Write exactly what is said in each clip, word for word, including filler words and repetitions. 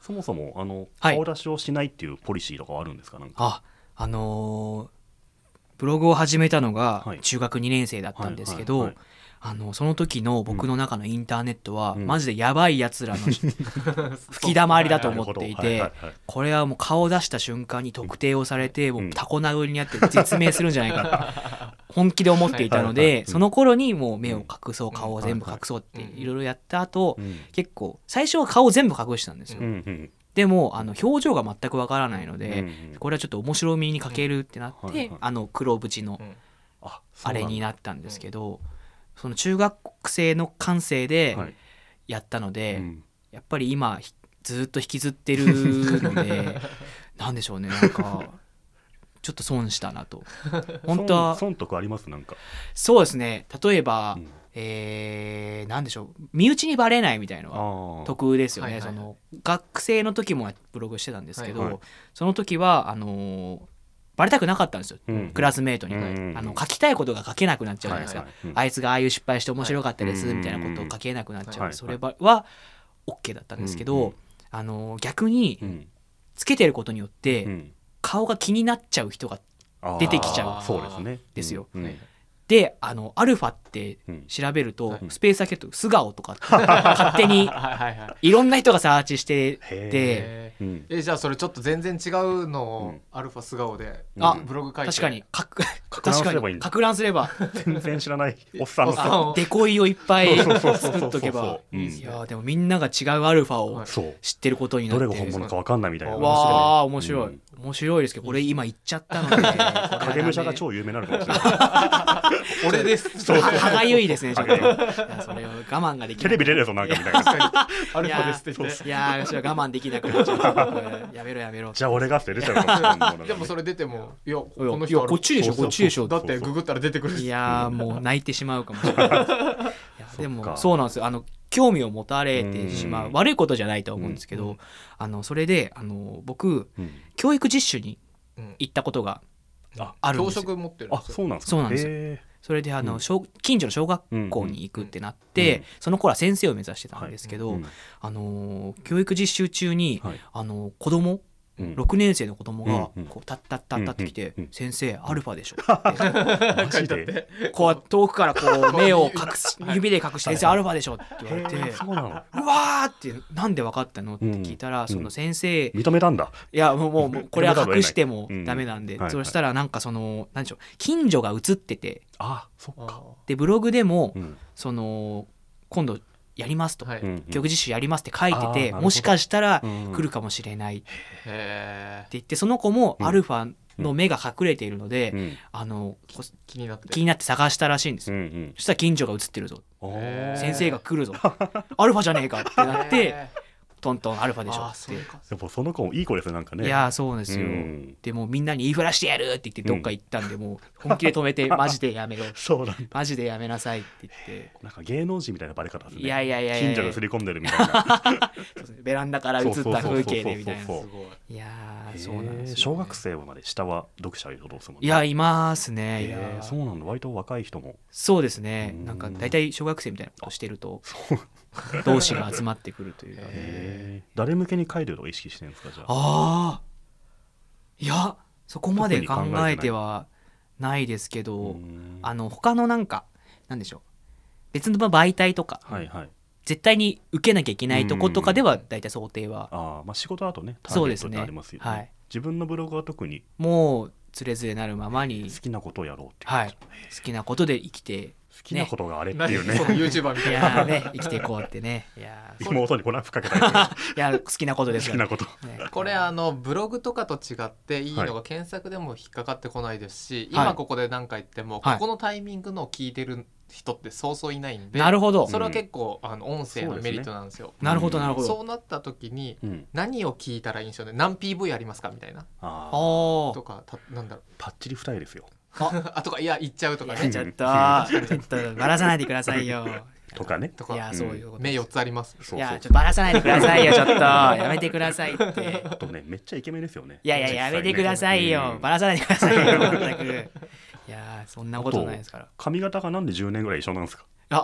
そもそもあの、 はい、 顔出しをしないっていうポリシーとかはあるんですか？なんかあ、あのー、ブログを始めたのがはい中学にねん生だったんですけど、 はいはいはい、 あのその時の僕の中のインターネットは、 うん、 マジでやばいやつらの吹き溜まりだと思っていて、これはもう顔を出した瞬間に特定をされて、もうタコ殴りにあって絶命するんじゃないかと本気で思っていたので、その頃にもう目を隠そう、顔を全部隠そうっていろいろやった後、結構最初は顔を全部隠したんですよ。でもあの表情が全くわからないので、これはちょっと面白みに欠けるってなって、あの黒縁のあれになったんですけど、その中学生の感性でやったので、はい、うん、やっぱり今ずっと引きずってるのでなんでしょうね、なんかちょっと損したなと。本当は損得あります？なんかそうですね、例えば、うん、えー、なんでしょう、身内にバレないみたいなのは得ですよね。その学生の時もブログしてたんですけど、はいはい、その時はあのーバレたくなかったんですよ、うんうん、クラスメートに、うんうん、あの書きたいことが書けなくなっちゃうじゃないですか、はいはい、うん、あいつがああいう失敗して面白かったです、はい、みたいなことを書けなくなっちゃう、はい、それは OK だったんですけど、うんうん、あの逆につけてることによって顔が気になっちゃう人が出てきちゃうんですよ、うんうん、であのアルファって調べると、うん、スペース開けると素顔とかって勝手にいろんな人がサーチしててうん、えじゃあそれちょっと全然違うのを、うん、アルファ素顔でブログ書いて、 確かにか確かにか乱すれば全然知らないおっさんのデコイをいっぱい作っとけば、いやでもみんなが違うアルファを知ってることになって、 どれが本物か分かんないみたいな。 わあ面白い、うん、面白いですけど、これ今言っちゃったので影武者が超有名になるかもしれない俺です歯がゆいですね、ちょっと。いやそれを我慢ができない。 テレビ出るぞなんかみたいな。 アルファですって言って、 いやーそれは我慢できなくなっちゃうやめろやめろ。 じゃあ俺がって出ちゃうかもしれない。 でもそれ出てもいやこの人こっちでしょこっちでしょ、 だってググったら出てくる。 いやもう泣いてしまうかもしれない。いやでもそうなんですよ、あの興味を持たれてしまう、悪いことじゃないとは思うんですけど、うん、あのそれであの僕、うん、教育実習に行ったことがあるんですよ。 教職持ってるんですよ。 あ、そうなんですか。 そうなんですよ。それであの、うん、近所の小学校に行くってなって、うん、その頃は先生を目指してたんですけど、はい、あの教育実習中に、はい、あの子供、うん、ろくねん生の子供がこうタッタッタッタってきて、うん、先生アルファでしょってマジでこう遠くからこう目を隠す指で隠して先生アルファでしょって言われて、 そうなの、うわーってなんで分かったのって聞いたら、うん、その先生認めたんだ。 いやもうもうこれは隠してもダメなんで、うん、そしたらなんかその何でしょう、近所が映ってて、 あそっか、 でブログでも、うん、その今度やりますと、はい、教育実習やりますって書いてて、もしかしたら来るかもしれないって言って、その子もアルファの目が隠れているので、うん、あの気になって気になって探したらしいんですよ、うんうん、そしたら近所が映ってるぞ、先生が来るぞアルファじゃねえかってなってトントンアルファでしょって。 でもその子もいい子ですね、なんかね。 いやそうですよ、うん、でもみんなに言いふらしてやるって言ってどっか行ったんで、うん、もう本気で止めてマジでやめろそうなんだ、 マジでやめなさいって言って、 なんか芸能人みたいなバレ方ですね。 いやいやいやいや、 近所が刷り込んでるみたいなベランダから映った風景でみたいな。いやそうなんですよ、ね、 小学生まで下は読者いるとどうするもんね。 いやいますね。いやそうなんだ、割と若い人も。 そうですね、なんか大体小学生みたいなことしてると同志が集まってくるというか、 ね、誰向けに書いてるとか意識してるんですか？じゃああいやそこまで考えてはないですけど、あの他のなんかなんでしょう、別の媒体とか、はいはい、絶対に受けなきゃいけないとことかでは大体想定は、 あ、まあ、仕事だとねターゲットってありますよね。はい、自分のブログは特にもうつれづれなるままに好きなことをやろうっていう、 はい、好きなことで生きて好きなことがあれっていうね、 その YouTuber みたいな、 いやね生きていこうってね、いや妹にこれはふかけたいいや好きなことですよ、ね、好きなこと、 ね、これあのブログとかと違っていいのが検索でも引っかかってこないですし、はい、今ここで何か言っても、はい、ここのタイミングのを聞いてる人ってそうそういないんで、 なるほど、 それは結構あの音声のメリットなんですよ。 そうですね、なるほどなるほど。 そうなった時に何を聞いたらいいんでしょうね、何 ピーブイ ありますかみたいな、 あとかたなんだろう、 パッチリ二重ですよああとかいや言っちゃうとかね、 ちょっとちょっとバラさないでくださいよとかね、 とか、 いやそういうこと、 目よっつあります、 いやちょっとバラさないでくださいよちょっとやめてくださいって。 あとねめっちゃイケメンですよね。 いやいややめてくださいよ、バラさないでくださいよ全くいやそんなことないですから。 髪型がなんでじゅうねんぐらい一緒なんですか？ あ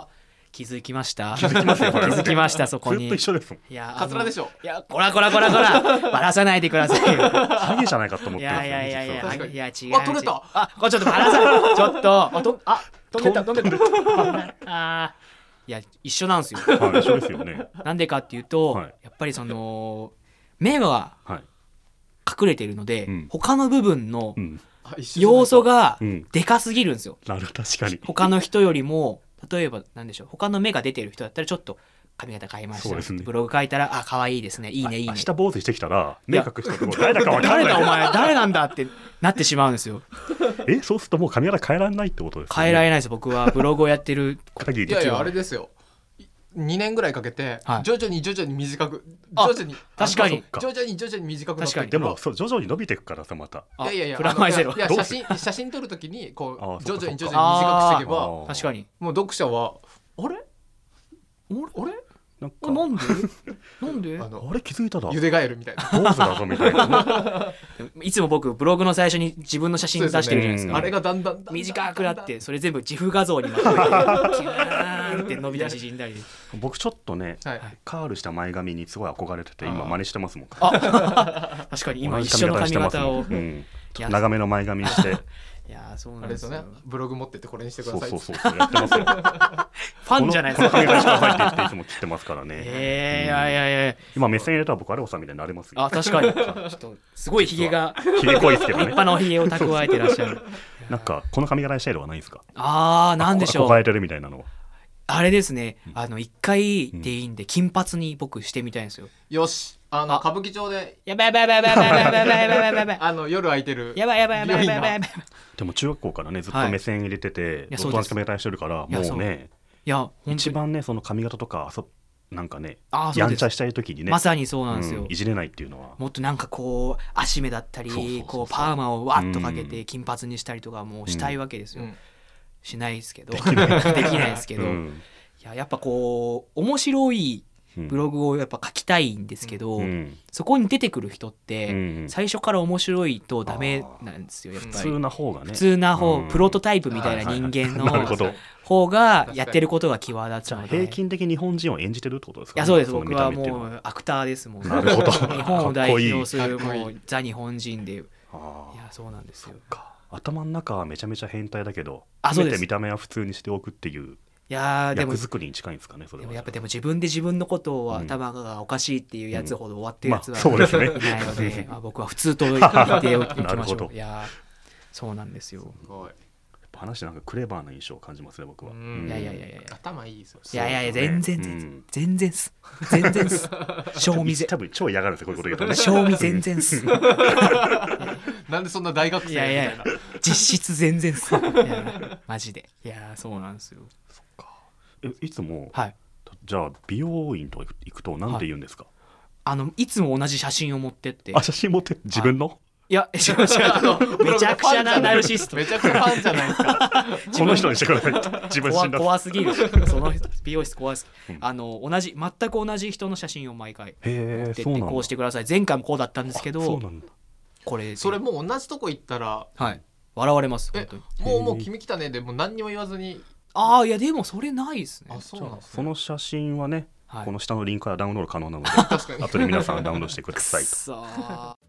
気づきました気づきますよ気づきましたそこにずっと一緒ですもん。 いやカツラでしょ。 いやこらこらこらこらバラさないでくださいよハゲじゃないかと思っいてますやいよね。 やいやいや実は確かにいや違うあ取れたあこれちょっとバラさちょっとあとあ飛んでた飛んでたあいや一緒なんですよはい、一緒ですよね。 なんでかっていうと、 はいやっぱりその目がはい。 隠れているので、 うん他の部分のうん。 あ一緒じゃない要素がうん。 でかすぎるんですよ。 なる確かに。 他の人よりも例えばなんでしょう他の目が出てる人だったらちょっと髪型変えました、 そうですねブログ書いたらあ可愛いですねいいねいいね明日坊主してきたら目隠してても誰だか分か誰だおんない。 前誰なんだってなってしまうんですよ。 え、そうするともう髪型変えられないってことですよね。 変えられないです僕はブログをやってる限りいやいやあれですよにねんぐらいかけてはい徐々に徐々に短くあ徐々に確かにあ徐々に徐々に短くなって確かにでもそう徐々に伸びていくからさまた。 あいやいやいやプラマイゼロあのいやいどうすや写真写真撮るときにこあうそっかそっか徐々に徐々に短くしていけばあー確かにもう読者はあれあれあれなんかあなんでなんであのあれ気づいたらゆでガエルみたいな坊主だぞみたいな。 いつも僕ブログの最初に自分の写真出してるじゃないですか。 うんあれがだんだんだんだん短くなってそれ全部自負画像にまとめてキューンって伸びたり縮んだり僕ちょっとねはいカールした前髪にすごい憧れてて今あー真似してますもん。 あ確かに今一緒の髪型を同じ髪型してますもんうんちょっと長めの前髪にして。 いやーそうなんあれですすでよよねブログ持ってってこれにしてくそうださいそうそうそうやってますよ。 ファンじゃないですか。 このこの髪型にしてくださいって言っていつも切ってますからね。 えー、いやいやいや今目線入れたら僕あれおさんみたいになれますよ。 あ確かにちょっとすごいひげがひげ濃いですけどね。 立派なおひげを蓄えてらっしゃる。 なんかこの髪型にしたいのはないですか。 あーなんでしょう憧れてるみたいなのは。 あれですねあの一回でいいんで金髪に僕してみたいんですよ。 よしあのあ歌舞伎町でやばいやばいやばいやばいやばいやばいやばいやばいやばいあの夜空いてるやばいやばいやばいやばいやばいやばいでも中学校からねずっとはい目線入れてて、 いやずっと同じ髪型にしてるからいやそうもうねいや本当に一番ねその髪型とかそなんかねあーそうですやんちゃしたい時にねまさにそうなんですよ、 うんいじれないっていうのはもっとなんかこう足目だったりそうそうそうそうこうパーマをわっとかけてうん金髪にしたりとかもうしたいわけですよ、 うんしないですけどできないですけど、 うんいややっぱこう面白いうんブログをやっぱ書きたいんですけど、 うんそこに出てくる人って、 うん最初から面白いとダメなんですよやっぱり普通な方がね普通な方、 うんプロトタイプみたいな人間なるほのど。 方がやってることが際立つので平均的日本人を演じてるってことですか、 いやそうですの僕は見た目っていうのもうアクターですもんなるほど日本を代表するかっこいいもうザ日本人でいあーやそうなんですよか頭の中はめちゃめちゃ変態だけどあそうです全て見た目は普通にしておくっていういやーでも役作りに近いんですかねそれは。 でもやっぱでも自分で自分のことをうん頭がおかしいっていうやつほど終わってるやつはまあそうですねいないので、まあ、僕は普通と言っておきなるほどましょういやーそうなんですよすごいやっぱ話なんかクレバーな印象を感じますね僕は。 うんいやいやいやいや頭いいですよいやいやいやそうです全ね然全然うん全然っす全然っす賞味ぜ多分超嫌がるんですよこういうこと言うとね。 賞味全然っすなんでそんな大学生みいやいやたいな実質全然っすいやマジでいやーそうなんですよえいつもはいじゃあ美容院とか行くと何て言うんですか。 あのいつも同じ写真を持ってってあ写真持って自分のいや違う違うめちゃくちゃなナルシストめちゃくちゃファンじゃないですかこの人にしてください自分死怖んだ。 怖すぎるその美容室怖すぎる、 うんあの同じ全く同じ人の写真を毎回へえ持ってそうなんだ。 ってこうしてください前回もこうだったんですけあそうどなんだ。 これそれもう同じとこ行ったらはい笑われます本え当にもうもう君来たねでもう何にも言わずにああいやでもそれないですねあそうなんですねその写真はね、 はいこの下のリンクからダウンロード可能なので確かに後で皆さんダウンロードしてくださいと。 くそー